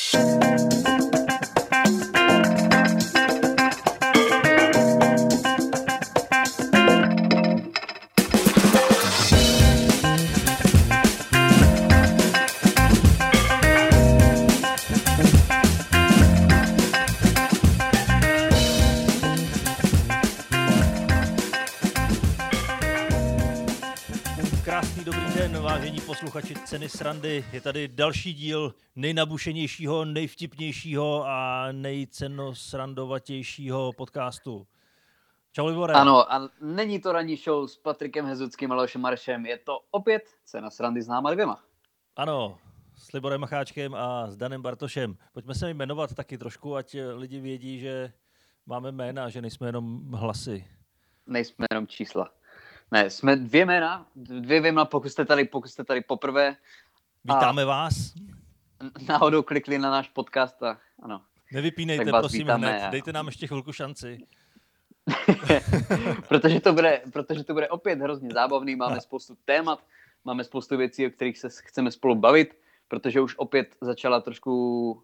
Krásný dobrý den, vážení posluchači Ceny srandy. Je tady další díl nejnabušenějšího, nejvtipnějšího a nejcenosrandovatějšího podcastu. Čau, Libore. Ano, a není to ranní show s Patrikem Hezuckým a Leošem Maršem, je to opět Cena srandy s náma dvěma. Ano, s Liborem Macháčkem a s Danem Bartošem. Pojďme se jmenovat taky trošku, ať lidi vědí, že máme jména, že nejsme jenom hlasy. Nejsme jenom čísla. Ne, jsme dvě jména, pokud jste tady poprvé. Vítáme vás. Náhodou klikli na náš podcast a ano. Nevypínejte, prosím, hned. Dejte nám ještě chvilku šanci. protože to bude opět hrozně zábavný, máme spoustu témat, máme spoustu věcí, o kterých se chceme spolu bavit, protože už opět začala trošku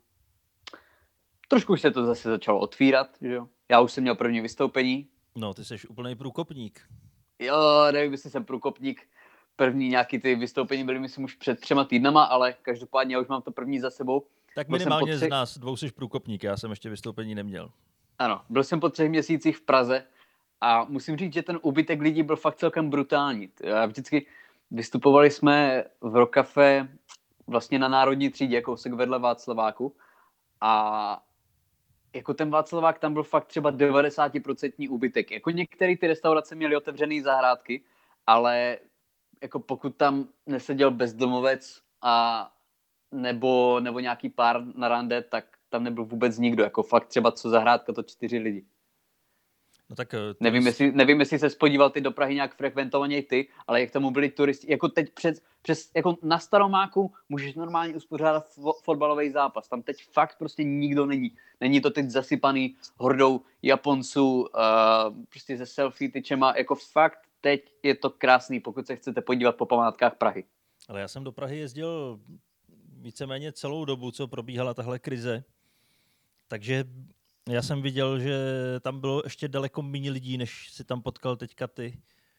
už se to zase začalo otvírat, že jo? Já už jsem měl první vystoupení. No, ty jsi úplný průkopník. Jo, nevím, jestli jsem průkopník. První nějaký ty vystoupení byly, myslím, už před 3 týdnama, ale každopádně já už mám to první za sebou. Tak minimálně z nás dvou jsi průkopník, já jsem ještě vystoupení neměl. Ano, byl jsem po 3 měsících v Praze a musím říct, že ten úbytek lidí byl fakt celkem brutální. Vždycky vystupovali jsme v Rock Café vlastně na Národní třídě, kousek vedle Václaváku, a jako ten Václavák tam byl fakt třeba 90% úbytek. Jako některé ty restaurace měly otevřený zahrádky, ale jako pokud tam neseděl bezdomovec a nebo nějaký pár na rande, tak tam nebyl vůbec nikdo. Jako fakt třeba co zahrádka, to 4 lidi. No tak nevím, jestli se spodíval ty do Prahy nějak frekventovaně ty, ale jak tomu byli turisti, jako teď přes jako na Staromáku můžeš normálně uspořádat fotbalový zápas. Tam teď fakt prostě nikdo není. Není to teď zasypaný hordou Japonců, prostě se selfie tyčema, jako fakt teď je to krásný, pokud se chcete podívat po památkách Prahy. Ale já jsem do Prahy jezdil víceméně celou dobu, co probíhala tahle krize, takže já jsem viděl, že tam bylo ještě daleko méně lidí, než si tam potkal teďka ty.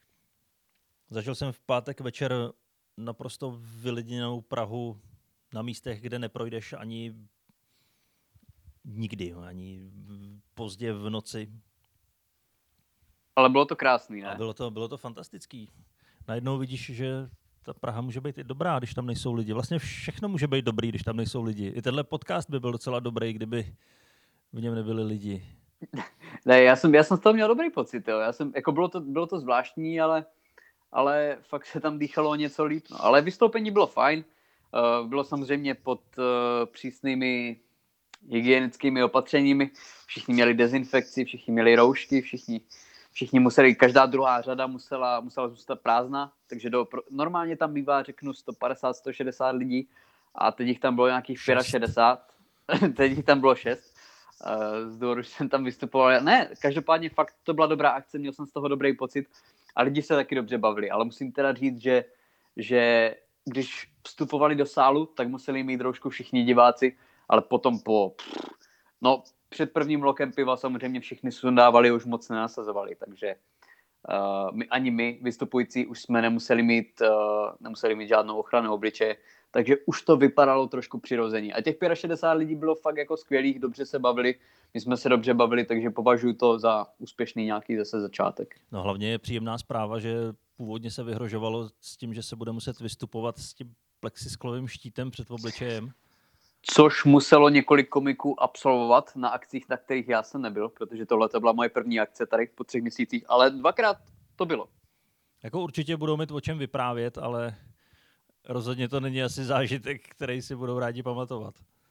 Zažil jsem v pátek večer naprosto vylidněnou Prahu na místech, kde neprojdeš ani nikdy, ani pozdě v noci. Ale bylo to krásný, ne? A bylo to fantastický. Najednou vidíš, že ta Praha může být i dobrá, když tam nejsou lidi. Vlastně všechno může být dobrý, když tam nejsou lidi. I tenhle podcast by byl docela dobrý, kdyby v něm nebyli lidi. Ne, já jsem z toho měl dobrý pocit, jo. Jako bylo to zvláštní, ale fakt se tam dýchalo o něco líp. No. Ale vystoupení bylo fajn. Bylo samozřejmě pod přísnými hygienickými opatřeními. Všichni měli dezinfekci, všichni měli roušky, všichni museli, každá druhá řada musela zůstat prázdná, takže normálně tam bývá, řeknu, 150-160 lidí a teď jich tam bylo nějakých 65, teď jich tam bylo 6. Z důvodu, že jsem tam vystupoval. Ne, každopádně fakt to byla dobrá akce, měl jsem z toho dobrý pocit a lidi se taky dobře bavili, ale musím teda říct, že když vstupovali do sálu, tak museli mít roušku všichni diváci, ale potom před prvním blokem piva samozřejmě všichni sundávali, už moc nenasazovali, takže ani my vystupující už jsme nemuseli mít žádnou ochranu obličeje, takže už to vypadalo trošku přirozeně. A těch 65 lidí bylo fakt jako skvělých, dobře se bavili, my jsme se dobře bavili, takže považuji to za úspěšný nějaký zase začátek. No hlavně je příjemná zpráva, že původně se vyhrožovalo s tím, že se bude muset vystupovat s tím plexisklovým štítem před obličejem. Což muselo několik komiků absolvovat na akcích, na kterých já jsem nebyl, protože tohle to byla moje první akce tady po 3 měsících, ale 2krát to bylo. Jako určitě budou mít o čem vyprávět, ale rozhodně to není asi zážitek, který si budou rádi pamatovat.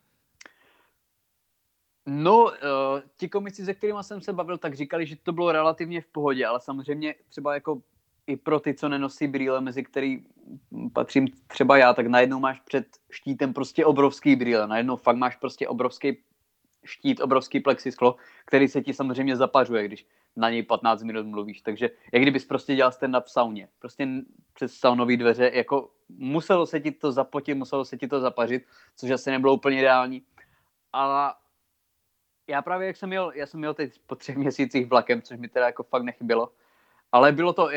No, ti komici, se kterými jsem se bavil, tak říkali, že to bylo relativně v pohodě, ale samozřejmě třeba jako i pro ty, co nenosí brýle, mezi který patřím třeba já, tak najednou máš před štítem prostě obrovský brýle, najednou fakt máš prostě obrovský štít, obrovský plexisklo, který se ti samozřejmě zapařuje, když na něj 15 minut mluvíš, takže jak kdybys prostě dělal stand-up v sauně, prostě přes saunový dveře, jako muselo se ti to zapotit, muselo se ti to zapařit, což asi nebylo úplně ideální, Ale já právě, já jsem jel teď po 3 měsících vlakem, což mi teda jako fakt nechybělo. Ale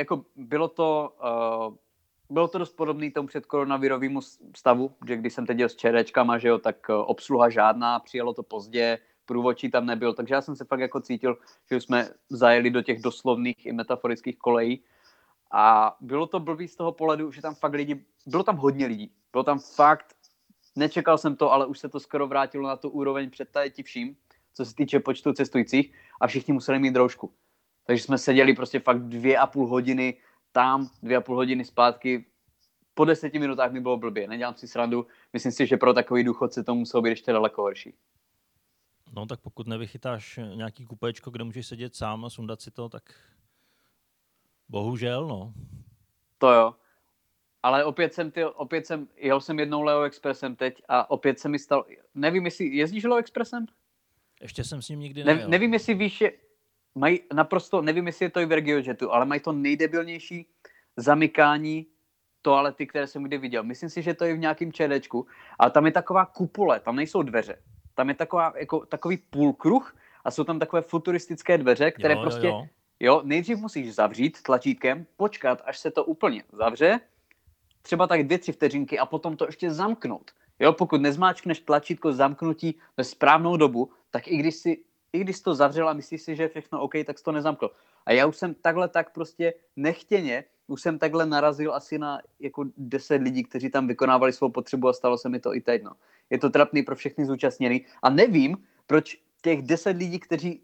bylo to dost podobné tomu předkoronavirovému stavu, že když jsem teď jel s čerečkama, že jo, tak obsluha žádná, přijelo to pozdě, průvodčí tam nebyl, takže já jsem se fakt jako cítil, že jsme zajeli do těch doslovných i metaforických kolejí a bylo to blbý z toho pohledu, že tam fakt bylo tam hodně lidí, bylo tam fakt, nečekal jsem to, ale už se to skoro vrátilo na tu úroveň před tady vším, co se týče počtu cestujících a všichni museli mít roušku. Takže jsme seděli prostě fakt 2,5 hodiny tam, 2,5 hodiny zpátky. Po 10 minutách mi bylo blbě, nedělám si srandu. Myslím si, že pro takový důchodce to muselo být ještě daleko horší. No tak pokud nevychytáš nějaký kupéčko, kde můžeš sedět sám a sundat si to, tak bohužel, no. To jo. Ale jel jsem jednou Leo Expressem teď a opět se mi stalo, nevím, jestli jezdíš Leo Expressem? Ještě jsem s ním nikdy nejel. Nevím, jestli víš, nevím, jestli je to i v RegioJetu, ale mají to nejdebilnější zamykání toalety, které jsem kdy viděl. Myslím si, že to je v nějakém ČDčku, ale tam je taková kupole, tam nejsou dveře. Tam je takový půlkruh a jsou tam takové futuristické dveře, které jo, nejdřív musíš zavřít tlačítkem, počkat, až se to úplně zavře, třeba tak 2-3 vteřinky a potom to ještě zamknout. Jo, pokud nezmáčkneš tlačítko zamknutí ve správnou dobu, tak i když to zavřela a myslíš si, že je všechno OK, tak to nezamkl. A já už jsem tak prostě nechtěně, už jsem takhle narazil asi na jako 10 lidí, kteří tam vykonávali svou potřebu a stalo se mi to i teď. No. Je to trapný pro všechny zúčastněný a nevím, proč těch 10 lidí,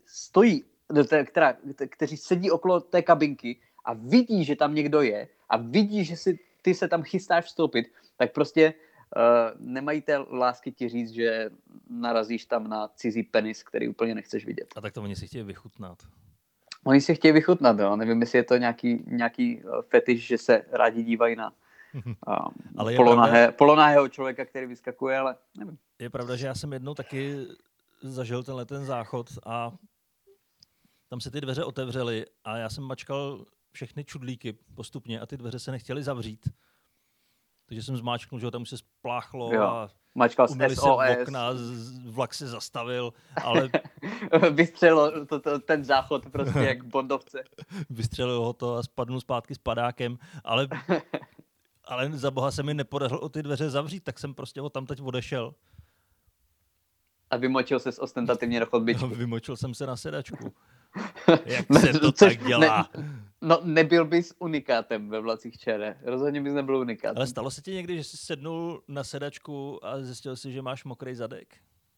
kteří sedí okolo té kabinky a vidí, že tam někdo je a vidí, že ty se tam chystáš vstoupit, tak prostě nemají té lásky ti říct, že narazíš tam na cizí penis, který úplně nechceš vidět. A tak to oni si chtějí vychutnat. Oni si chtějí vychutnat, jo. Nevím, jestli je to nějaký fetiš, že se rádi dívají na polonahého člověka, který vyskakuje, ale nevím. Je pravda, že já jsem jednou taky zažil ten záchod a tam se ty dveře otevřely a já jsem mačkal všechny čudlíky postupně a ty dveře se nechtěly zavřít. Takže jsem zmáčknul, že tam se spláchlo a umyli se okna, vlak se zastavil, ale... Vystřelil ten záchod prostě jak bondovce. Vystřelil ho to a spadnul zpátky s padákem, ale za boha se mi nepodařilo ty dveře zavřít, tak jsem prostě tam teď odešel. A vymočil ses ostentativně na chodbičku. No, vymočil jsem se na sedačku. Jak se to tak dělá? Nebyl bys unikátem ve vlacích ČR. Rozhodně bys nebyl unikátem. Ale stalo se ti někdy, že jsi sednul na sedačku a zjistil si, že máš mokrý zadek?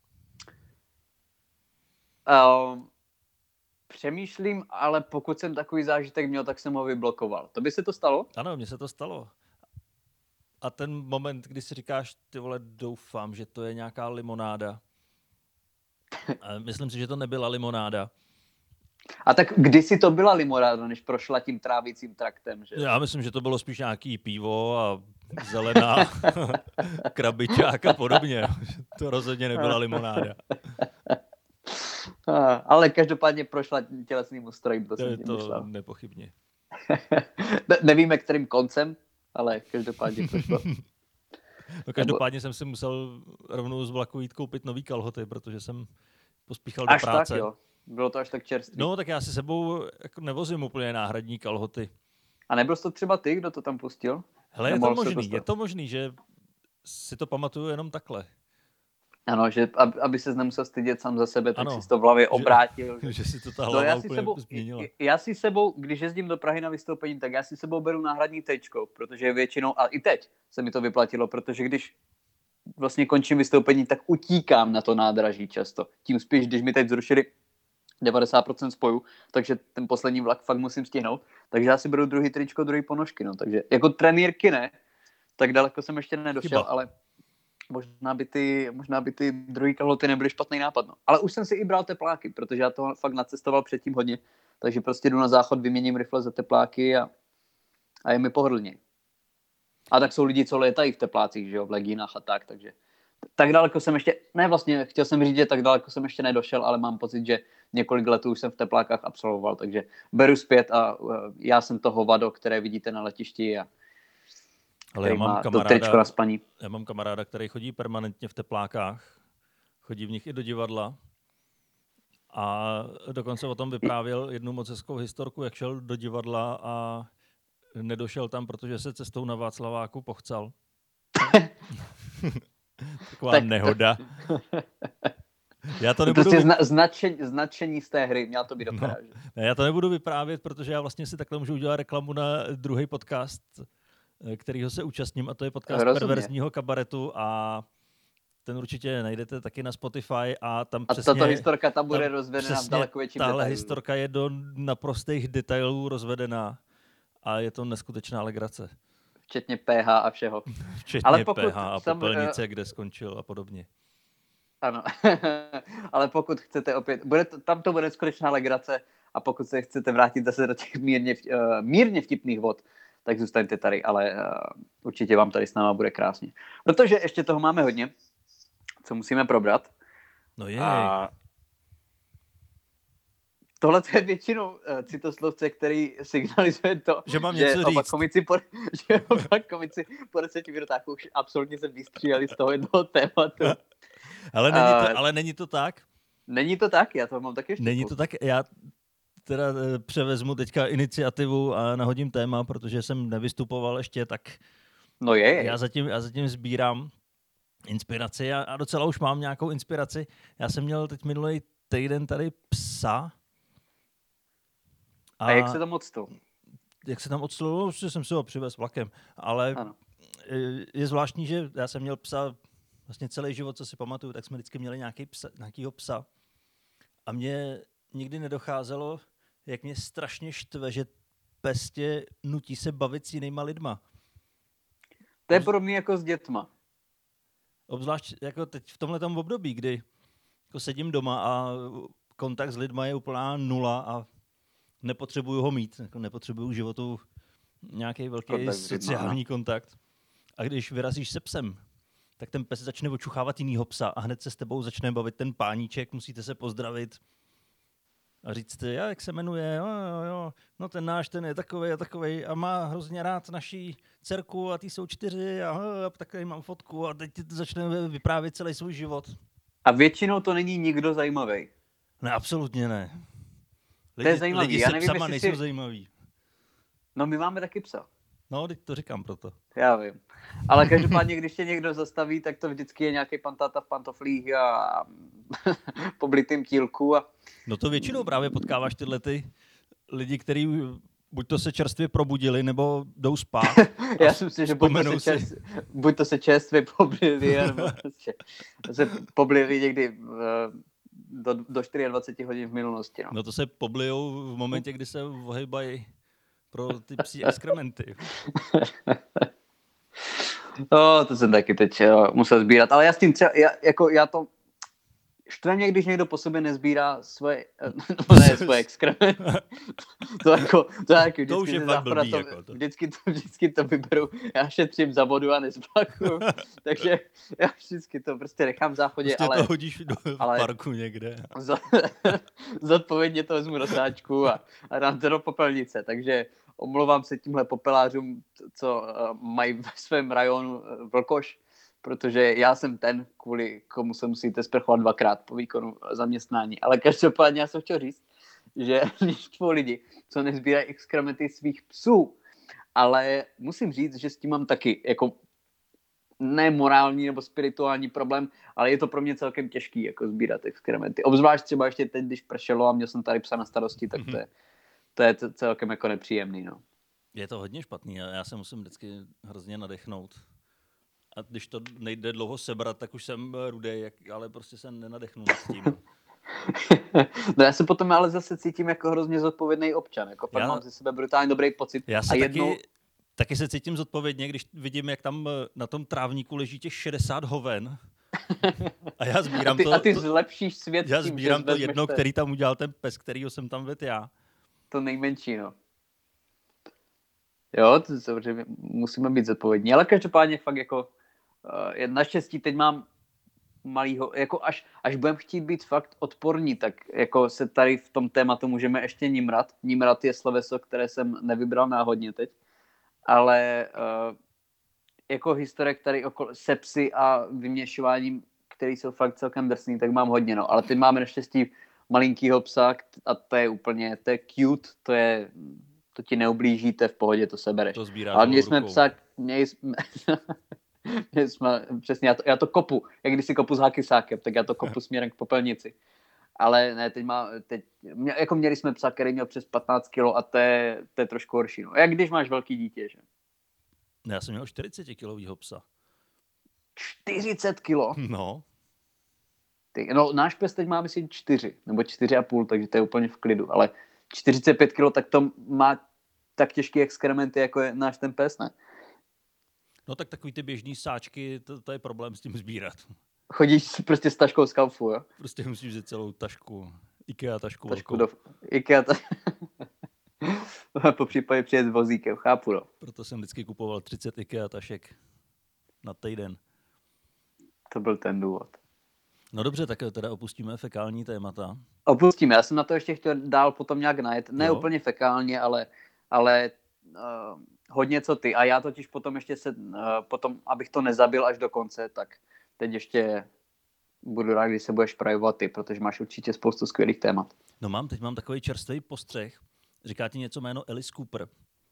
Přemýšlím, ale pokud jsem takový zážitek měl, tak jsem ho vyblokoval. To by se to stalo? Ano, mně se to stalo. A ten moment, kdy si říkáš, ty vole, doufám, že to je nějaká limonáda. A myslím si, že to nebyla limonáda. A tak kdysi to byla limonáda, než prošla tím trávicím traktem, že? Já myslím, že to bylo spíš nějaký pivo a zelená krabičák a podobně. To rozhodně nebyla limonáda. Ale každopádně prošla tělesným ústrojím. To nepochybně. Nevíme, kterým koncem, ale každopádně prošlo. No každopádně jsem si musel rovnou z vlaku jít koupit nový kalhoty, protože jsem pospíchal do práce. Až tak, jo. Bylo to až tak čerstvý. No, tak já si sebou jako nevozím úplně náhradní kalhoty. A nebyl jsi to třeba ty, kdo to tam pustil? Hele, je to možný, že si to pamatuju jenom takhle. Ano, že aby ses nemusel stydět sám za sebe, tak si to v hlavě obrátil. Že si to ta hlava úplně změnila. Já si sebou, když jezdím do Prahy na vystoupení, tak já si sebou beru náhradní tečko, protože většinou, a i teď se mi to vyplatilo, protože když vlastně končím vystoupení, tak utíkám na to nádraží často. Tím spíš, když mi teď zrušili 90% spoju, takže ten poslední vlak fakt musím stihnout. Takže já si beru druhý tričko, druhý ponožky. No. Takže jako trenýrky ne, tak daleko jsem ještě nedošel, ale možná by ty druhý kalhoty nebyly špatný nápad. No. Ale už jsem si i bral tepláky, protože já to fakt nacestoval předtím hodně. Takže prostě jdu na záchod, vyměním rifle za tepláky a je mi pohodlněji. A tak jsou lidi, co létají v teplácích, že jo, v legínách a tak, takže tak daleko jsem ještě, chtěl jsem říct, že tak daleko jsem ještě nedošel, ale mám pocit, že několik letů už jsem v teplákách absolvoval, takže beru zpět a já jsem to hovado, které vidíte na letišti a ale má to tričko na spaní. Já mám kamaráda, který chodí permanentně v teplákách, chodí v nich i do divadla. A dokonce o tom vyprávěl jednu moc hezkou historku, jak šel do divadla a nedošel tam, protože se cestou na Václaváku pochcal. Taková Tak nehoda. Já to to nebudu prostě značení z té hry, měla to být opera. Že? Ne, já to nebudu vyprávět, protože já vlastně si takhle můžu udělat reklamu na druhý podcast, kterýho se účastním, a to je podcast Perverzního kabaretu a ten určitě najdete taky na Spotify a tam přesně... A tato historka tam bude rozvedená v daleko větším detailu. Tahle historka je do naprostých detailů rozvedená a je to neskutečná legrace. Včetně pH a všeho. Včetně ale pH a popelnice, kde skončil a podobně. Ano, ale pokud chcete opět, tam to bude skutečná legrace a pokud se chcete vrátit zase do těch mírně vtipných vod, tak zůstaňte tady, ale určitě vám tady s náma bude krásně. Protože ještě toho máme hodně, co musíme probrat. No je. Tohle je většinou citoslovce, který signalizuje to, že mám něco říct. Že oba komici po 10 minutách už absolutně se vystříhali z toho jednoho tématu. Ale není to tak? Není to tak, já to mám taky ještě. Není to tak, já teda převezmu teďka iniciativu a nahodím téma, protože jsem nevystupoval ještě, tak no já zatím sbírám inspiraci a docela už mám nějakou inspiraci. Já jsem měl teď minulý týden tady psa. A jak se tam odstul? Jak se tam odstul? No, jsem si ho přivez vlakem, ale ano. Je zvláštní, že já jsem měl psa vlastně celý život, co si pamatuju, tak jsme vždycky měli nějakýho psa. A mně nikdy nedocházelo, jak mě strašně štve, že pes tě nutí se bavit s jinýma lidma. To je podobný jako s dětma. Obzvlášť jako teď v tomhletom období, kdy jako sedím doma a kontakt s lidma je úplná nula a nepotřebuju ho mít. Jako nepotřebuju v životu nějaký velký sociální kontakt. A když vyrazíš se psem, tak ten pes začne očuchávat jinýho psa a hned se s tebou začne bavit ten páníček, musíte se pozdravit a říct, jak se jmenuje, jo, no ten náš, ten je takovej a takovej a má hrozně rád naší dcerku a ty jsou 4 a takový mám fotku a teď začne vyprávět celý svůj život. A většinou to není nikdo zajímavý. Ne, absolutně ne. To je zajímavý. Lidi se psama nejsou zajímaví. No my máme taky psa. No, teď to říkám proto. Já vím. Ale každopádně, když tě někdo zastaví, tak to vždycky je nějaký pan táta v pantoflích a poblitým tílku. No to většinou právě potkáváš tyhle ty lidi, kteří buď to se čerstvě probudili, nebo jdou spát. Já si myslím, že buď to se čerstvě poblili, nebo se poblili někdy do 24 hodin v minulosti. No to se poblijou v momentě, kdy se ohejbají pro ty psí exkrementy. No, to jsem taky teď musel sbírat, ale já s tím třeba, já to štve mě, když někdo po sobě nezbírá svoje exkrementy. To už je fakt blbý. Vždycky to vyberu, já šetřím za vodu a nezbachuju, takže já vždycky to prostě nechám v záchodě. Prostě to hodíš do parku někde. Zodpovědně to vezmu do sáčku a dám to do popelnice, takže omlouvám se tímhle popelářům, co mají ve svém rajonu vlkoš, protože já jsem ten, kvůli komu se musíte sprchovat 2krát po výkonu zaměstnání. Ale každopádně já jsem chtěl říct, že jsou lidi, co nezbírají exkrementy svých psů, ale musím říct, že s tím mám taky jako ne morální nebo spirituální problém, ale je to pro mě celkem těžký jako sbírat exkrementy. Obzvlášť třeba ještě teď, když pršelo a měl jsem tady psa na starosti, tak to je celkem jako nepříjemný. No. Je to hodně špatný a já se musím vždycky hrozně nadechnout. A když to nejde dlouho sebrat, tak už jsem rudej, ale prostě se nenadechnu nad tím. No já se potom ale zase cítím jako hrozně zodpovědný občan. Jako pak mám ze sebe brutálně dobrý pocit. Já se taky se cítím zodpovědně, když vidím, jak tam na tom trávníku leží těch 60 hoven. A já sbírám a ty zlepšíš svět. Já sbírám to jedno, který tam udělal ten pes, kterýho jsem tam vedl já. To nejmenší, no. Jo, to samozřejmě musíme být zodpovědní. Ale každopádně fakt jako naštěstí teď mám malýho, jako až budeme chtít být fakt odporní, tak jako se tady v tom tématu můžeme ještě nimrat. Nimrat je sloveso, které jsem nevybral náhodně teď, ale jako historek tady okolo sepsy a vyměšováním který jsou fakt celkem drsný, tak mám hodně, no. Ale teď máme naštěstí malinkýho psa a to je cute, to ti neublíží, to je v pohodě, to sebereš. To sbíráš Ale měli holou jsme rukou. psa, přesně, já to kopu, jak když si kopu s hakisákem, tak já to kopu směrem k popelnici. Ale ne, jako měli jsme psa, který měl přes 15 kg a to je trošku horší. No. Jak když máš velký dítě, že? Já jsem měl 40-kilovýho psa. 40 kg? No. No, náš pes teď má, myslím, 4 nebo 4,5, takže to je úplně v klidu, ale 45 kg, tak to má tak těžký exkrementy, jako je náš ten pes, ne? No tak takový ty běžný sáčky, to je problém s tím sbírat. Chodíš prostě s taškou z Kaufu, jo? Prostě musíš vzít celou tašku, IKEA tašku Tašku velkou. Po případě přijet s vozíkem, chápu, no. Proto jsem vždycky kupoval 30 IKEA tašek na týden. To byl ten důvod. No dobře, tak teda opustíme fekální témata. Opustíme, já jsem na to ještě chtěl dál potom nějak najet. Ne Jo. úplně fekálně, ale hodně co ty. A já totiž potom ještě potom, abych to nezabil až do konce, tak teď ještě budu rád, když se budeš projevovat ty, protože máš určitě spoustu skvělých témat. No teď mám takový čerstvý postřeh. Říká ti něco jméno Alice Cooper?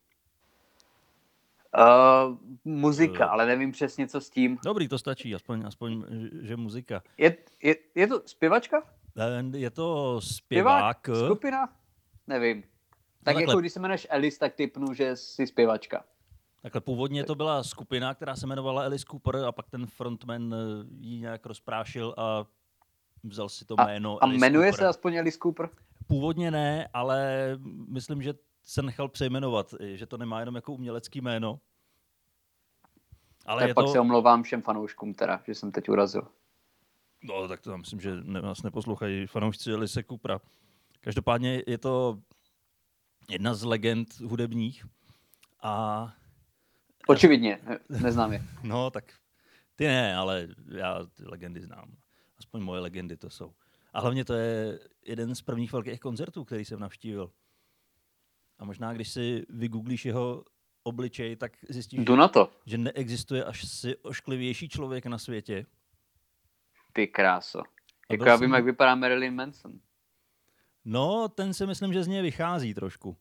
Muzika, ale nevím přesně, co s tím. Dobrý, to stačí, aspoň že muzika. Je to zpěvačka? Je to zpěvák. Skupina? Nevím. Tak takhle. jako když se jmenuješ Alice, tak typnu, že jsi zpěvačka. Takhle původně to byla skupina, která se jmenovala Alice Cooper a pak ten frontman ji nějak rozprášil a vzal si to jméno A Alice jmenuje Cooper. se aspoň Alice Cooper? Původně ne, ale myslím, že se nechal přejmenovat, že to nemá jenom jako umělecký jméno. Ale tak je pak to... se omlouvám všem fanouškům teda, že jsem teď urazil. No, tak to myslím, že nás neposlouchají fanoušci Alice Coopera. Každopádně je to jedna z legend hudebních a... Očividně, neznám je. No, tak ty ne, ale já ty legendy znám. Aspoň moje legendy to jsou. A hlavně to je jeden z prvních velkých koncertů, který jsem navštívil. A možná, když si vygooglíš jeho obličej, tak zjistíš, Jdu na to. že neexistuje až si ošklivější člověk na světě. Ty kráso. Jako já vím, jak vypadá Marilyn Manson. No, ten si myslím, že z něj vychází trošku.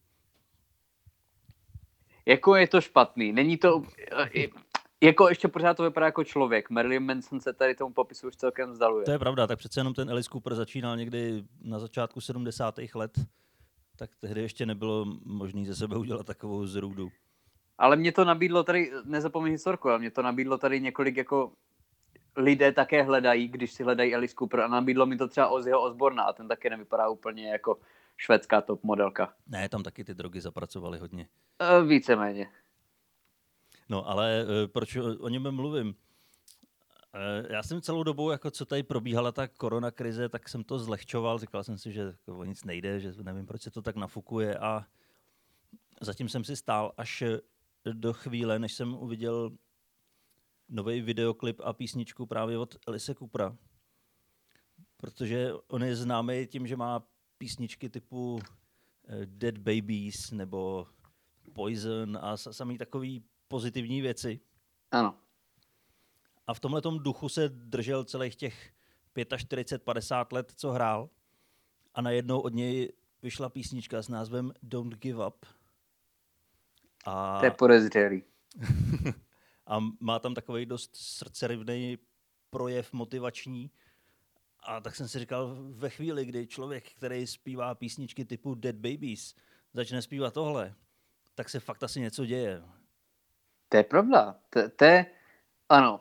Jako je to špatný. Není to... Jako ještě pořád to vypadá jako člověk. Marilyn Manson se tady tomu popisu už celkem vzdaluje. To je pravda, tak přece jenom ten Alice Cooper začínal někdy na začátku 70. let, tak tehdy ještě nebylo možné ze sebe udělat takovou zrůdu. Ale mě to nabídlo tady, nezapomeň historku, ale mě to nabídlo tady několik jako lidé také hledají, když si hledají Alice Cooper a nabídlo mi to třeba Ozzyho Osborna a ten taky nevypadá úplně jako švédská top modelka. Ne, tam taky ty drogy zapracovaly hodně. Víceméně. No, ale proč o něm mluvím? Já jsem celou dobu, jako co tady probíhala ta koronakrize, tak jsem to zlehčoval. Říkal jsem si, že jako o nic nejde, že nevím, proč se to tak nafukuje a zatím jsem si stál až do chvíle, než jsem uviděl nový videoklip a písničku právě od Alice Coopera. Protože on je známý tím, že má písničky typu Dead Babies nebo Poison a samý takový pozitivní věci. Ano. A v tomhletom duchu se držel celých těch 45-50 let, co hrál. A najednou od něj vyšla písnička s názvem Don't Give Up. A to je podezřelý. a má tam takový dost srdcerivný projev motivační. A tak jsem si říkal, ve chvíli, kdy člověk, který zpívá písničky typu Dead Babies, začne zpívat tohle, tak se fakt asi něco děje. To je pravda. Ano.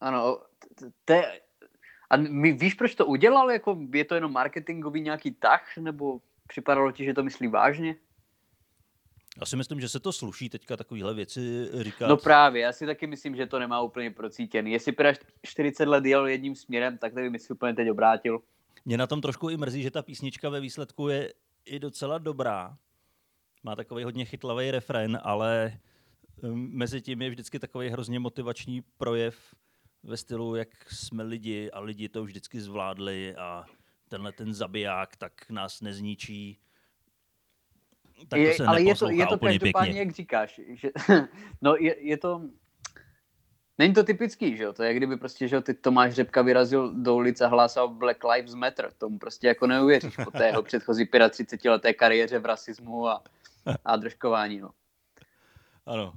A víš, proč to udělal? Jako, je to jenom marketingový nějaký tah? Nebo připadalo ti, že to myslí vážně? Já si myslím, že se to sluší teďka takovýhle věci říkat. No právě, já si taky myslím, že to nemá úplně procítěný. Jestli Piraš 40 let jel jedním směrem, tak nevím, jestli úplně teď obrátil. Mě na tom trošku i mrzí, že ta písnička ve výsledku je i docela dobrá. Má takový hodně chytlavý refrén, ale mezi tím je vždycky takový hrozně motivační projev ve stylu, jak jsme lidi a lidi to vždycky zvládli a tenhle ten zabiják tak nás nezničí. Tak to se ale neposlouchá je to úplně každopádně, pěkně. jak říkáš. Že, no je to... Není to typický, že jo? To je, jak kdyby prostě, že jo, ty Tomáš Řepka vyrazil do ulice a hlásal Black Lives Matter. Tomu prostě jako neuvěříš po té jeho předchozí 35leté kariéře v rasismu a držkování, no. Ano.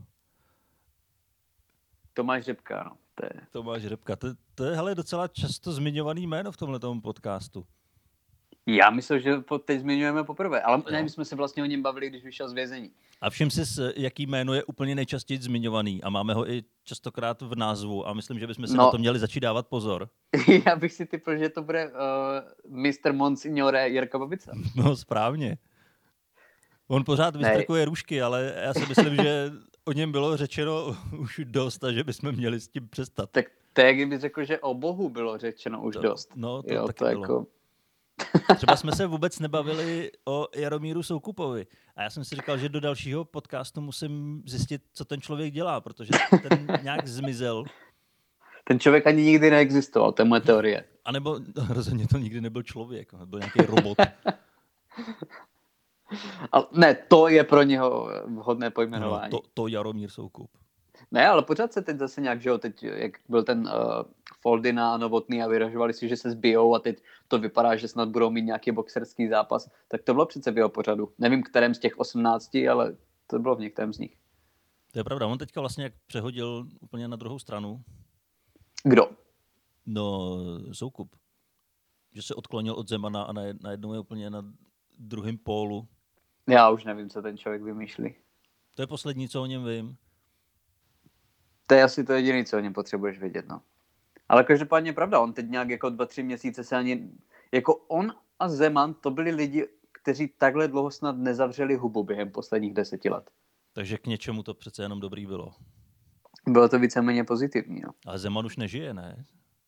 Tomáš Řepka, no. Tomáš Řepka. To je hele, docela často zmiňovaný jméno v tomhletom podcastu. Já myslím, že teď zmiňujeme poprvé, ale Jo. ne, my jsme se vlastně o něm bavili, když vyšel z vězení. A všim si, jaký jméno je úplně nejčastěji zmiňovaný a máme ho i častokrát v názvu a myslím, že bychom si na to měli začít dávat pozor. Já bych si typl, že to bude Mr. Monsignore Jirka Babica. No správně. On pořád vystrkuje růžky, ale já si myslím, že o něm bylo řečeno už dost a že bychom měli s tím přestat. Tak to je, kdyby řekl, že o Bohu bylo řečeno už dost. No, to jo, taky to bylo. Jako... Třeba jsme se vůbec nebavili o Jaromíru Soukupovi. A já jsem si říkal, že do dalšího podcastu musím zjistit, co ten člověk dělá, protože ten nějak zmizel. Ten člověk ani nikdy neexistoval, to je moje teorie. A nebo rozhodně to nikdy nebyl člověk, byl nějaký robot. Ale ne, to je pro něho vhodné pojmenování. No, to Jaromír Soukup. Ne, ale pořád se teď zase nějak, že jo, teď, jak byl ten Foldina a Novotný a vyražovali si, že se zbijou a teď to vypadá, že snad budou mít nějaký boxerský zápas, tak to bylo přece v jeho pořadu. Nevím, kterém z těch 18, ale to bylo v některém z nich. To je pravda, on teďka vlastně jak přehodil úplně na druhou stranu. Kdo? No, Soukup. Že se odklonil od Zemana a najednou je úplně na druhém pólu. Já už nevím, co ten člověk vymýšlí. To je poslední, co o něm vím. To je asi to jediné, co o něm potřebuješ vědět, no. Ale každopádně pravda, on teď nějak jako 2-3 měsíce se ani... Jako on a Zeman, to byli lidi, kteří takhle dlouho snad nezavřeli hubu během posledních 10 let. Takže k něčemu to přece jenom dobrý bylo. Bylo to víceméně pozitivní, no. Ale Zeman už nežije, ne?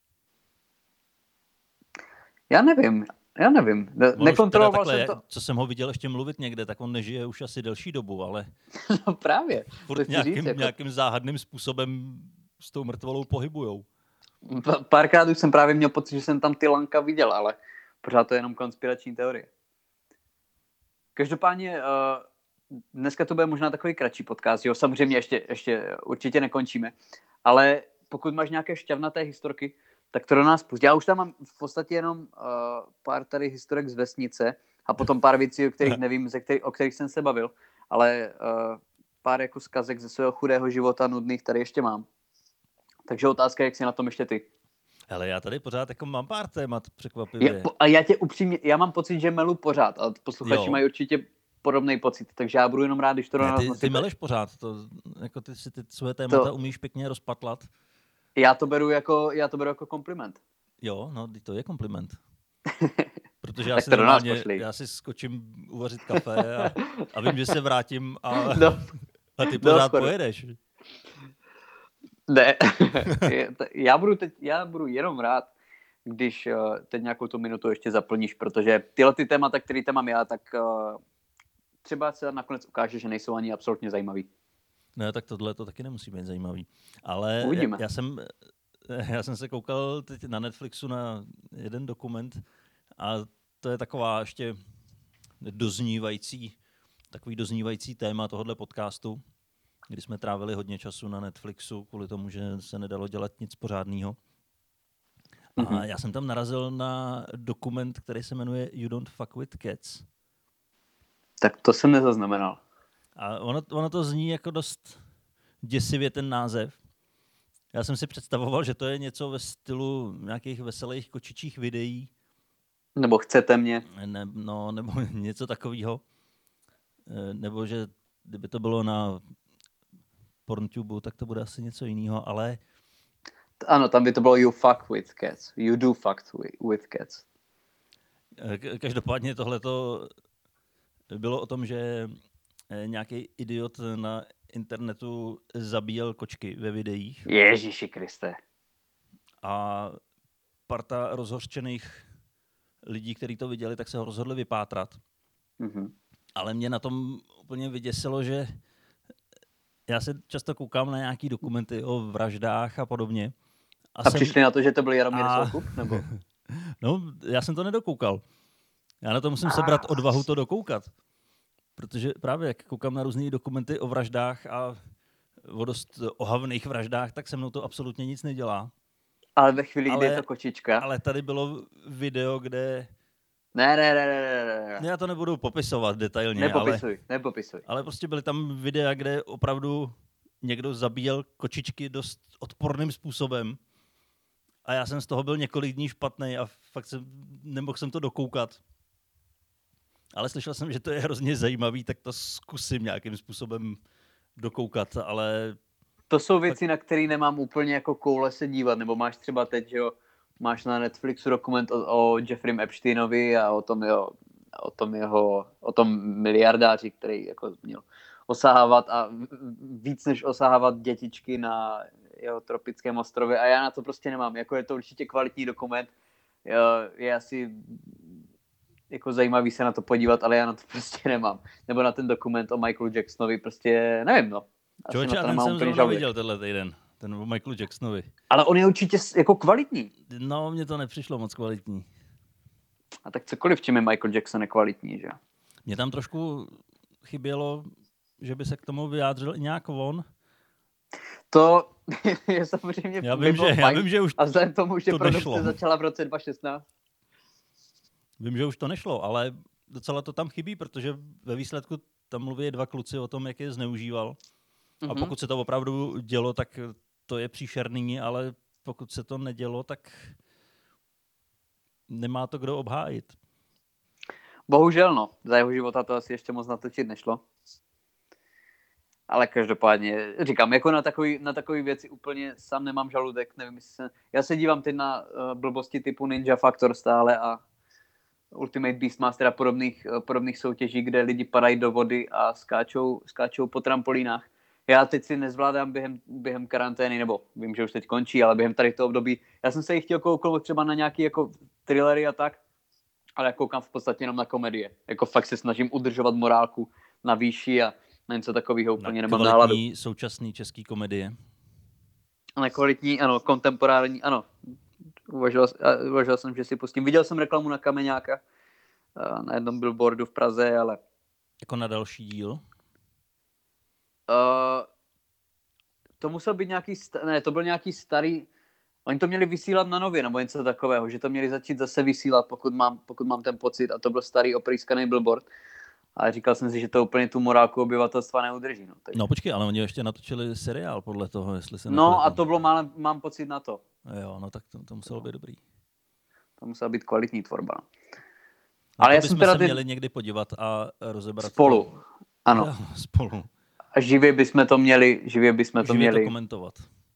Já nevím. Nekontroloval jsem to. Co jsem ho viděl ještě mluvit někde, tak on nežije už asi delší dobu, ale no právě. furt nějakým záhadným způsobem s tou mrtvolou pohybujou. Párkrát už jsem právě měl pocit, že jsem tam ty lanka viděl, ale pořád to je jenom konspirační teorie. Každopádně dneska to bude možná takový kratší podcast, jo, samozřejmě ještě určitě nekončíme, ale pokud máš nějaké šťavnaté historky, tak to do nás pustí. Já už tam mám v podstatě jenom pár tady historek z vesnice a potom pár věcí, o kterých nevím, o kterých jsem se bavil, ale pár jako zkazek ze svého chudého života nudných tady ještě mám. Takže otázka, jak jsi na tom ještě ty. Hele, já tady pořád jako mám pár témat překvapivě. A já tě upřímně, já mám pocit, že melu pořád, ale posluchači mají určitě podobný pocit, takže já budu jenom rád, když to do nás nasypeš. Ty meleš pořád, jako ty si ty svoje témata umíš pěkně rozpatlat. Já to beru jako kompliment. Jo, no, to je kompliment. Protože já si skočím uvařit kafe a vím, že se vrátím a ty pořád pojedeš. Ne, já budu jenom rád, když teď nějakou tu minutu ještě zaplníš, protože tyhle ty témata, které tam mám já, tak třeba se nakonec ukáže, že nejsou ani absolutně zajímavý. Ne, tak tohle to taky nemusí být zajímavý. Ale já jsem se koukal teď na Netflixu na jeden dokument a to je taková ještě doznívající téma tohohle podcastu, kdy jsme trávili hodně času na Netflixu kvůli tomu, že se nedalo dělat nic pořádného. A já jsem tam narazil na dokument, který se jmenuje You Don't Fuck With Cats. Tak to jsem nezaznamenal. A ono to zní jako dost děsivě ten název. Já jsem si představoval, že to je něco ve stylu nějakých veselých kočičích videí. Nebo Chcete mě. Nebo něco takového. Nebo že kdyby to bylo na PornTube, tak to bude asi něco jiného, ale... Ano, tam by to bylo You Fuck With Cats. You Do Fuck With Cats. Každopádně tohleto bylo o tom, že nějaký idiot na internetu zabíjel kočky ve videích. Ježíši Kriste. A parta rozhořčených lidí, kteří to viděli, tak se ho rozhodli vypátrat. Mm-hmm. Ale mě na tom úplně vyděsilo, že já se často koukám na nějaký dokumenty o vraždách a podobně. A přišli na to, že to byl Jaromír Soukup? Nebo? No, já jsem to nedokoukal. Já na to musím sebrat odvahu to dokoukat. Protože právě jak koukám na různý dokumenty o vraždách a o dost ohavných vraždách, tak se mnou to absolutně nic nedělá. Ale ve chvíli, kdy je to kočička. Ale tady bylo video, kde... Ne. Já to nebudu popisovat detailně, Nepopisuj. Ale prostě byly tam videa, kde opravdu někdo zabíjel kočičky dost odporným způsobem. A já jsem z toho byl několik dní špatný a fakt nemohl jsem to dokoukat. Ale slyšel jsem, že to je hrozně zajímavý, tak to zkusím nějakým způsobem dokoukat, ale... To jsou věci, na které nemám úplně jako koule se dívat, nebo máš třeba teď, že jo, máš na Netflixu dokument o Jeffreym Epsteinovi a o tom miliardáři, který jako měl osahávat a víc než osahávat dětičky na jeho tropickém ostrově a já na to prostě nemám. Jako je to určitě kvalitní dokument, je asi jako zajímavý se na to podívat, ale já na to prostě nemám. Nebo na ten dokument o Michaelu Jacksonovi prostě, nevím, no. Člověče, já ten jsem zrovna viděl tenhle týden, ten o Michaelu Jacksonovi. Ale on je určitě jako kvalitní. No, mně to nepřišlo moc kvalitní. A tak cokoliv, čím je Michael Jackson nekvalitní, že? Mně tam trošku chybělo, že by se k tomu vyjádřil i nějak on. To je samozřejmě já vím, že už a vzhledem tomu, že produkce nešlo. Začala v roce 2016. Vím, že už to nešlo, ale docela to tam chybí, protože ve výsledku tam mluví 2 kluci o tom, jak je zneužíval. A pokud se to opravdu dělo, tak to je příšerný, ale pokud se to nedělo, tak nemá to kdo obhájit. Bohužel, no. Za jeho života to asi ještě moc natočit nešlo. Ale každopádně, říkám, jako na takový věci úplně sám nemám žaludek, nevím, jestli já se dívám teď na blbosti typu Ninja Factor stále a Ultimate Beastmaster a podobných soutěží, kde lidi padají do vody a skáčou po trampolínách. Já teď si nezvládám během karantény, nebo vím, že už teď končí, ale během tady toho období. Já jsem se jich chtěl kouknout třeba na nějaký jako thrillery a tak, ale já koukám v podstatě jenom na komedie. Jako fakt se snažím udržovat morálku na výši a na něco takového úplně nemám náladu. Kvalitní současný český komedie. Nekvalitní, ano, kontemporární, ano. Uvažoval jsem, že si pustím. Viděl jsem reklamu na Kameňáka na jednom billboardu v Praze, ale... Jako na další díl? To musel být to byl nějaký starý... Oni to měli vysílat na nově, nebo něco takového, že to měli začít zase vysílat, pokud mám ten pocit. A to byl starý oprýskaný billboard. A říkal jsem si, že to úplně tu morálku obyvatelstva neudrží. No, no počkej, ale oni ještě natočili seriál podle toho, jestli se no nepletím. A to bylo mám pocit na to. Jo, no tak to muselo být dobrý. To musela být kvalitní tvorba. No. Ale já jsem teda se měli někdy podívat a rozebrat spolu. To. Ano. Jo, spolu. A živě bychom to měli. To komentovat.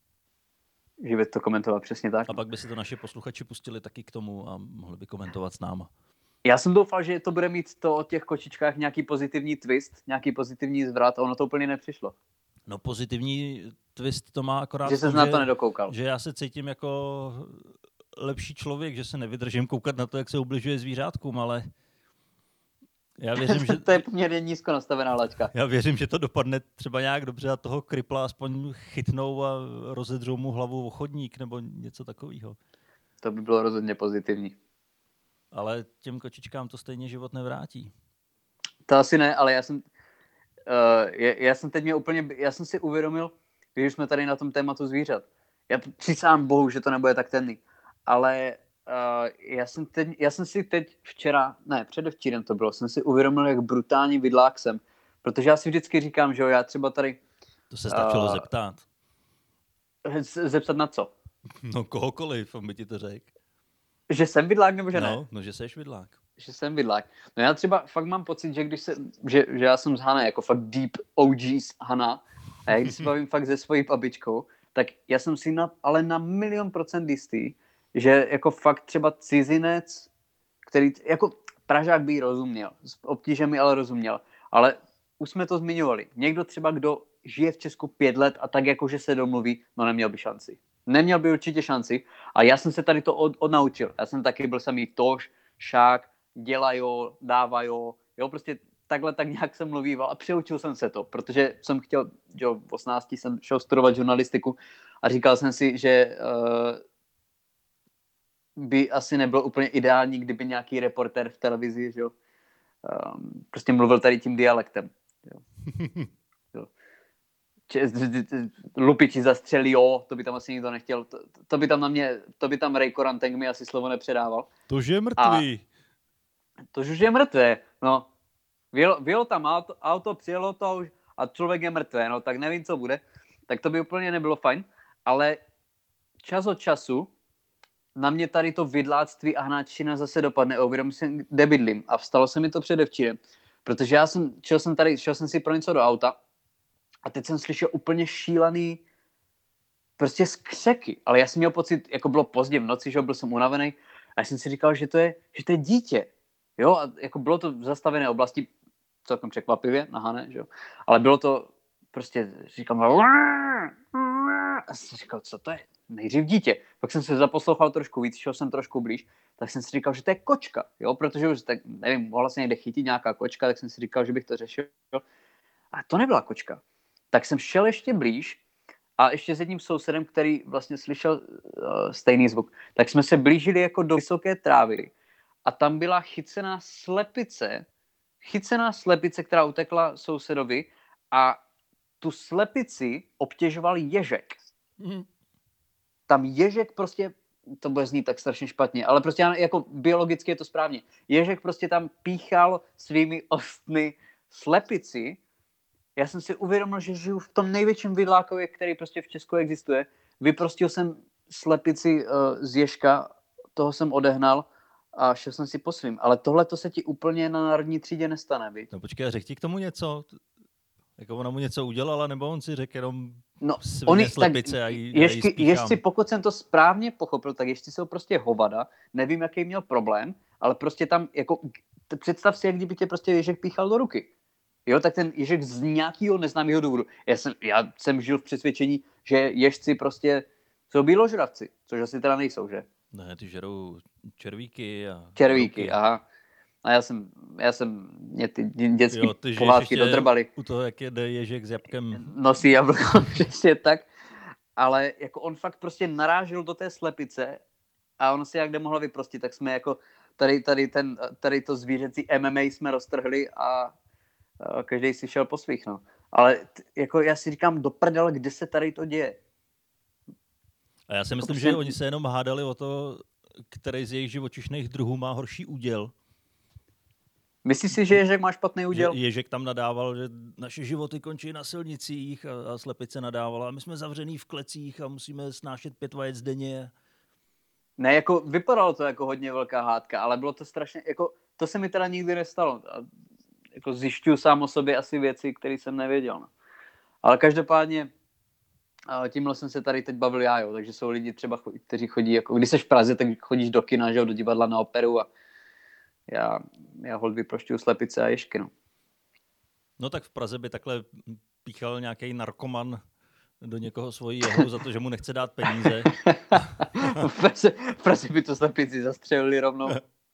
Živě to komentovat, přesně tak. A pak by si to naši posluchači pustili taky k tomu a mohli by komentovat s náma. Já jsem doufal, že to bude mít to o těch kočičkách nějaký pozitivní twist, nějaký pozitivní zvrat a ono to úplně nepřišlo. No pozitivní twist to má akorát že se na to nedokoukal. Že já se cítím jako lepší člověk, že se nevydržím koukat na to, jak se ubližuje zvířátkům, ale já věřím, že... to je poměrně nízko nastavená laťka. Já věřím, že to dopadne třeba nějak dobře a toho kripla aspoň chytnou a rozedřou mu hlavu o chodník nebo něco takového. To by bylo rozhodně pozitivní. Ale těm kočičkám to stejně život nevrátí. To asi ne, ale já jsem si uvědomil, když jsme tady na tom tématu zvířat. Já přísahám Bohu, že to nebude tak temný. Ale já jsem si teď předevčírem to bylo, jsem si uvědomil, jak brutálně vidlák jsem. Protože já si vždycky říkám, že jo, já třeba tady... To se stačilo zeptat. Zeptat na co? No kohokoliv, on by ti to řekl. Že jsem vidlák nebo že ne? No, že seš vidlák. Že jsem vidlák. No já třeba fakt mám pocit, že že já jsem z Hana, jako fakt deep OGs Hana, a já když se bavím fakt se svojí babičkou, tak já jsem si ale na 1,000,000% jistý, že jako fakt třeba cizinec, který, jako Pražák by jí rozuměl, s obtížemi ale rozuměl, ale už jsme to zmiňovali. Někdo třeba, kdo žije v Česku 5 let a tak jakože se domluví, no neměl by šanci. Neměl by určitě šanci a já jsem se tady to odnaučil. Já jsem taky byl samý tož, šák, dělajo, dávajo, jo, prostě takhle tak nějak jsem mluvíval a přeučil jsem se to, protože jsem chtěl, že v 18 jsem šel studovat žurnalistiku a říkal jsem si, že by asi nebylo úplně ideální, kdyby nějaký reportér v televizi, že jo, prostě mluvil tady tím dialektem. Jo. Jo. lupiči zastřelí, jo, to by tam asi nikdo nechtěl. To by tam na mě, to by tam Ray Koranteng mi asi slovo nepředával. To je mrtvý. To už je mrtvé, no. Vyjelo tam auto, přijelo to a člověk je mrtvé, no, tak nevím, co bude. Tak to by úplně nebylo fajn, ale čas od času na mě tady to vidláctví a hnáčina zase dopadne. Uvědomím si, kde bydlím. A vstalo se mi to předevčírem. Protože šel jsem si pro něco do auta a teď jsem slyšel úplně šílený prostě skřeky. Ale já jsem měl pocit, jako bylo pozdě v noci, že byl jsem unavený a já jsem si říkal, že to je dítě. Jo, a jako bylo to v zastavené oblasti, celkem překvapivě, nahané, že jo. Ale bylo to prostě, říkám, a jsem říkal, co to je? Nejdřív dítě. Pak jsem se zaposlouchal trošku víc, šel jsem trošku blíž, tak jsem si říkal, že to je kočka, jo, protože už tak, nevím, mohla se někde chytit nějaká kočka, tak jsem si říkal, že bych to řešil. A to nebyla kočka. Tak jsem šel ještě blíž a ještě s jedním sousedem, který vlastně slyšel stejný zvuk, tak jsme se blížili jako do vysoké trávy a tam byla chycená slepice, která utekla sousedovi a tu slepici obtěžoval ježek. Tam ježek prostě, to bude znít tak strašně špatně, ale prostě jako biologicky je to správně. Ježek prostě tam píchal svými ostny slepici. Já jsem si uvědomil, že žiju v tom největším vidlákově, který prostě v Česku existuje. Vyprostil jsem slepici z ježka, toho jsem odehnal a šel jsem si po svým. Ale tohle to se ti úplně na národní třídě nestane, viď? No počkej, řekl ti k tomu něco? Jako ona mu něco udělala, nebo on si řekl jenom slepice a jí spíchám? Ježci, pokud jsem to správně pochopil, tak ježci jsou prostě hovada. Nevím, jaký měl problém, ale prostě tam, jako, představ si, jak kdyby tě prostě ježek píchal do ruky. Jo, tak ten ježek z nějakého neznámého důvodu. Já jsem žil v přesvědčení, že ježci prostě jsou bíložravci, což asi teda nejsou, že? Ne, ty žerou červíky. Červíky, aha. A mě ty dětský pohádky dodrbaly. U toho, jak jede ježek s jabkem. Nosí jablko, přesně tak. Ale jako on fakt prostě narážel do té slepice a ono si jak nemohlo vyprostit, tak jsme jako tady to zvířecí MMA jsme roztrhli a každý si šel po svých, no. Ale jako já si říkám, do prdele, kde se tady to děje? A já si myslím, že oni se jenom hádali o to, který z jejich živočišných druhů má horší úděl. Myslíš si, že ježek má špatný úděl? Ježek tam nadával, že naše životy končí na silnicích a slepice nadávala. My jsme zavřený v klecích a musíme snášet 5 vajec denně. Ne, jako vypadalo to jako hodně velká hádka, ale bylo to strašně, jako to se mi teda nikdy nestalo. Jako zjišťuju sám o sobě asi věci, které jsem nevěděl. No. Ale každopádně tímhle jsem se tady teď bavil já, jo. Takže jsou lidi třeba, kteří chodí, jako když jsi v Praze, tak chodíš do kina, že jo, do divadla, na operu a já holt vyprošťuju slepice a ježky, no. No tak v Praze by takhle píchal nějaký narkoman do někoho svojí jehlu za to, že mu nechce dát peníze. v Praze by to slepici zastřelili rovnou.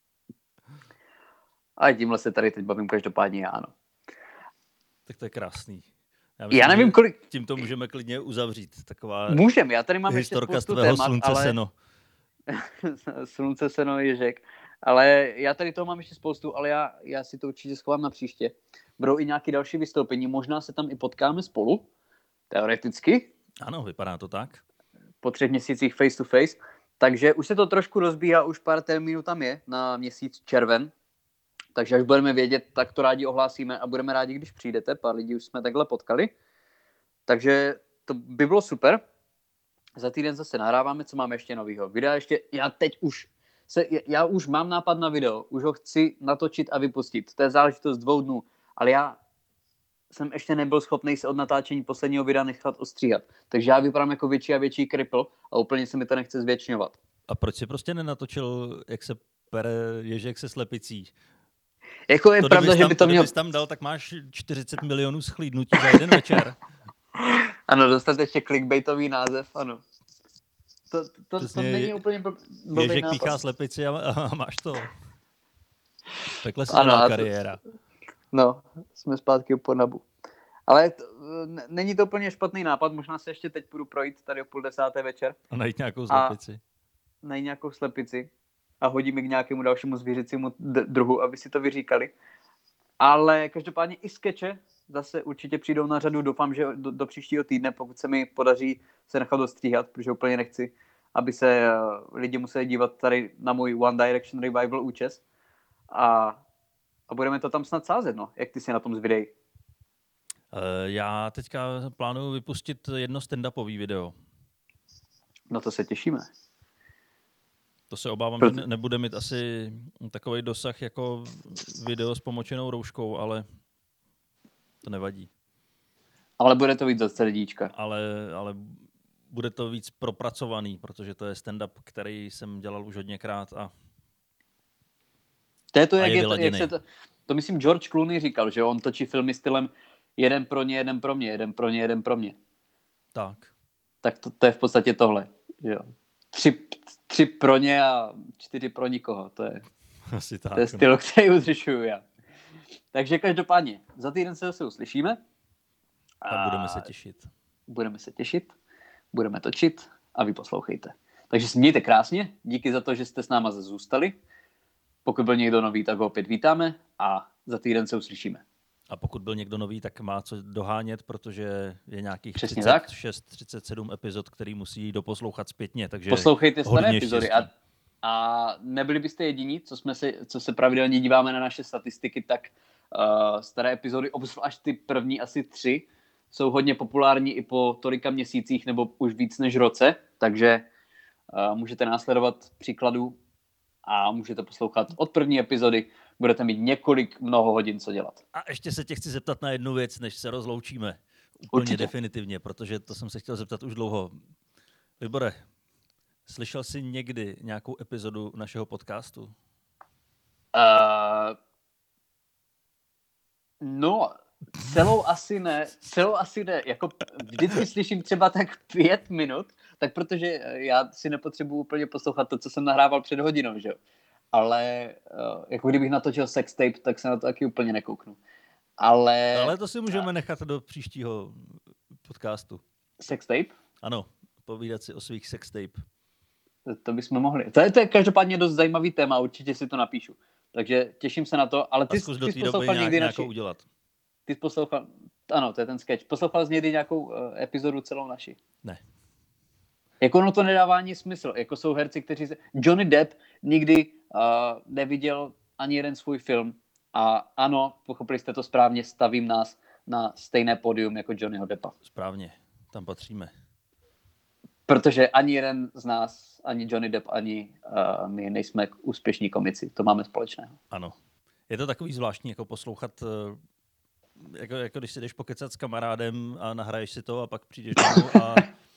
A tímhle se tady teď bavím každopádně já, no. Tak to je krásný. Já nevím, kolik... Tím to můžeme klidně uzavřít. Taková můžeme, já tady mám ještě spoustu témat, slunce, ale... seno. Slunce, seno, ježek. Ale já tady toho mám ještě spoustu, ale já si to určitě schovám na příště. Budou i nějaké další vystoupení, možná se tam i potkáme spolu, teoreticky. Ano, vypadá to tak. Po 3 měsících face to face. Takže už se to trošku rozbíhá, už pár termínů tam je na měsíc červen. Takže až budeme vědět, tak to rádi ohlásíme a budeme rádi, když přijdete. Pár lidí už jsme takhle potkali. Takže to by bylo super. Za týden zase nahráváme, co máme ještě novýho. Videa ještě, já už mám nápad na video, už ho chci natočit a vypustit. To je záležitost 2 dnů, ale já jsem ještě nebyl schopný se od natáčení posledního videa nechat ostříhat. Takže já vypadám jako větší a větší kripl a úplně se mi to nechce zvětšňovat. A proč si prostě nenatočil, jak se pere ježek se slepicí? Jako je pravda, že by to měl... Kdybys tam dal, tak máš 40 milionů schlídnutí za jeden večer. Ano, dostatečně clickbaitový název, ano. To není úplně blbý ježek nápad. píchá slepici a máš to. Takhle se dělá kariéra. No, jsme zpátky u Pornhubu. Ale není to úplně špatný nápad, možná se ještě teď půjdu projít tady o 9:30 večer. A najít nějakou slepici. Najít nějakou slepici a hodíme k nějakému dalšímu zvířecímu druhu, aby si to vyříkali. Ale každopádně i skeče zase určitě přijdou na řadu, doufám, že do příštího týdne, pokud se mi podaří se nechat dostříhat, protože úplně nechci, aby se lidi museli dívat tady na můj One Direction Revival účes. A budeme to tam snad sázet, no. Jak ty si na tom s videí? Já teďka plánuju vypustit jedno stand-upový video. No to se těšíme. To se obávám, že nebude mít asi takový dosah jako video s pomočenou rouškou, ale to nevadí. Ale bude to víc za srdíčka. Ale bude to víc propracovaný, protože to je stand-up, který jsem dělal už hodněkrát a to je to, jak se to myslím George Clooney říkal, že on točí filmy stylem jeden pro ně, jeden pro mě, jeden pro ně, jeden pro mě. Tak to je v podstatě tohle. Jo. Tři pro ně a 4 pro nikoho. To je, asi tak, to je styl, který udržuju já. Takže každopádně, za týden se zase uslyšíme. A budeme se těšit. Budeme točit a vy poslouchejte. Takže se mějte krásně, díky za to, že jste s náma zůstali. Pokud byl někdo nový, tak ho opět vítáme a za týden se uslyšíme. A pokud byl někdo nový, tak má co dohánět, protože je nějakých 36-37 epizod, který musí doposlouchat zpětně. Takže poslouchejte staré epizody a nebyli byste jediní, co se pravidelně díváme na naše statistiky, tak staré epizody, obzvlášť ty první asi 3, jsou hodně populární i po tolika měsících nebo už víc než roce, takže můžete následovat příkladu a můžete poslouchat od první epizody. Budete mít mnoho hodin co dělat. A ještě se tě chci zeptat na jednu věc, než se rozloučíme. Úplně určitě. Definitivně, protože to jsem se chtěl zeptat už dlouho. Libore, slyšel jsi někdy nějakou epizodu našeho podcastu? No, celou asi ne. Jako vždycky slyším třeba tak 5 minut, tak protože já si nepotřebuji úplně poslouchat to, co jsem nahrával před hodinou, že jo. Ale jako kdybych natočil sextape, tak se na to taky úplně nekouknu. Ale to si můžeme nechat do příštího podcastu. Sextape? Ano, povídat si o svých sextape. To bychom mohli. To je každopádně dost zajímavý téma, určitě si to napíšu. Takže těším se na to, ale ty jsi poslouchal někdy nějakou udělat. Ty jsi poslouchal, ano, to je ten sketch. Poslouchal jsi někdy nějakou epizodu celou naši? Ne. Jako ono to nedává ani smysl. Jako jsou herci, kteří se... Johnny Depp nikdy neviděl ani jeden svůj film. A ano, pochopili jste to správně, stavím nás na stejné pódium jako Johnnyho Deppa. Správně, tam patříme. Protože ani jeden z nás, ani Johnny Depp, ani my nejsme úspěšní komici. To máme společného. Ano. Je to takový zvláštní, jako poslouchat, jako když si jdeš pokecat s kamarádem a nahraješ si to a pak přijdeš domů a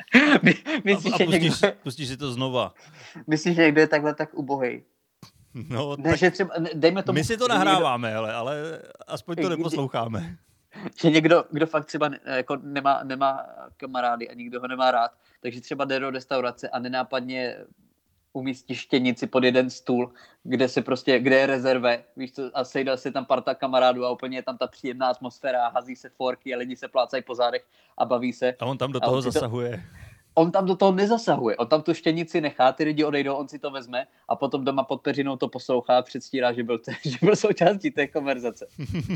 pustíš si to znova. Myslíš, že někdo je takhle tak ubohej? No, ne, že třeba, dejme tomu, my si to nahráváme, ale aspoň to neposloucháme. Že někdo, kdo fakt třeba jako nemá kamarády a nikdo ho nemá rád, takže třeba jde do restaurace a nenápadně umístí štěnici pod jeden stůl, kde je rezerve, víš co, a sejde se tam parta kamarádů a úplně je tam ta příjemná atmosféra, hází se forky a lidi se plácají po zádech a baví se. A on tam do toho zasahuje. On tam do toho nezasahuje, on tam tu štěnici nechá, ty lidi odejdou, on si to vezme a potom doma pod peřinou to poslouchá a předstírá, že byl součástí té konverzace.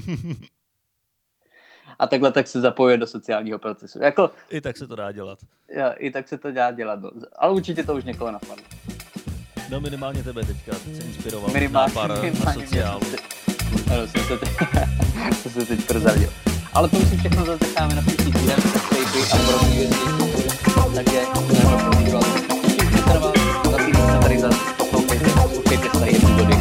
A takhle tak se zapojuje do sociálního procesu. Jako, I tak se to dá dělat. I tak se to dá dělat. Ale určitě to už někoho napadlo. No minimálně tebe teďka, teď se inspiroval minimálně, na pár sociálu. Ano, jsem se teď prozradil. Ale to už si všechno zacháme na příští týden, a podobně věci. Takže těším se na vás, za týden se tady zase poslouchejte se epizody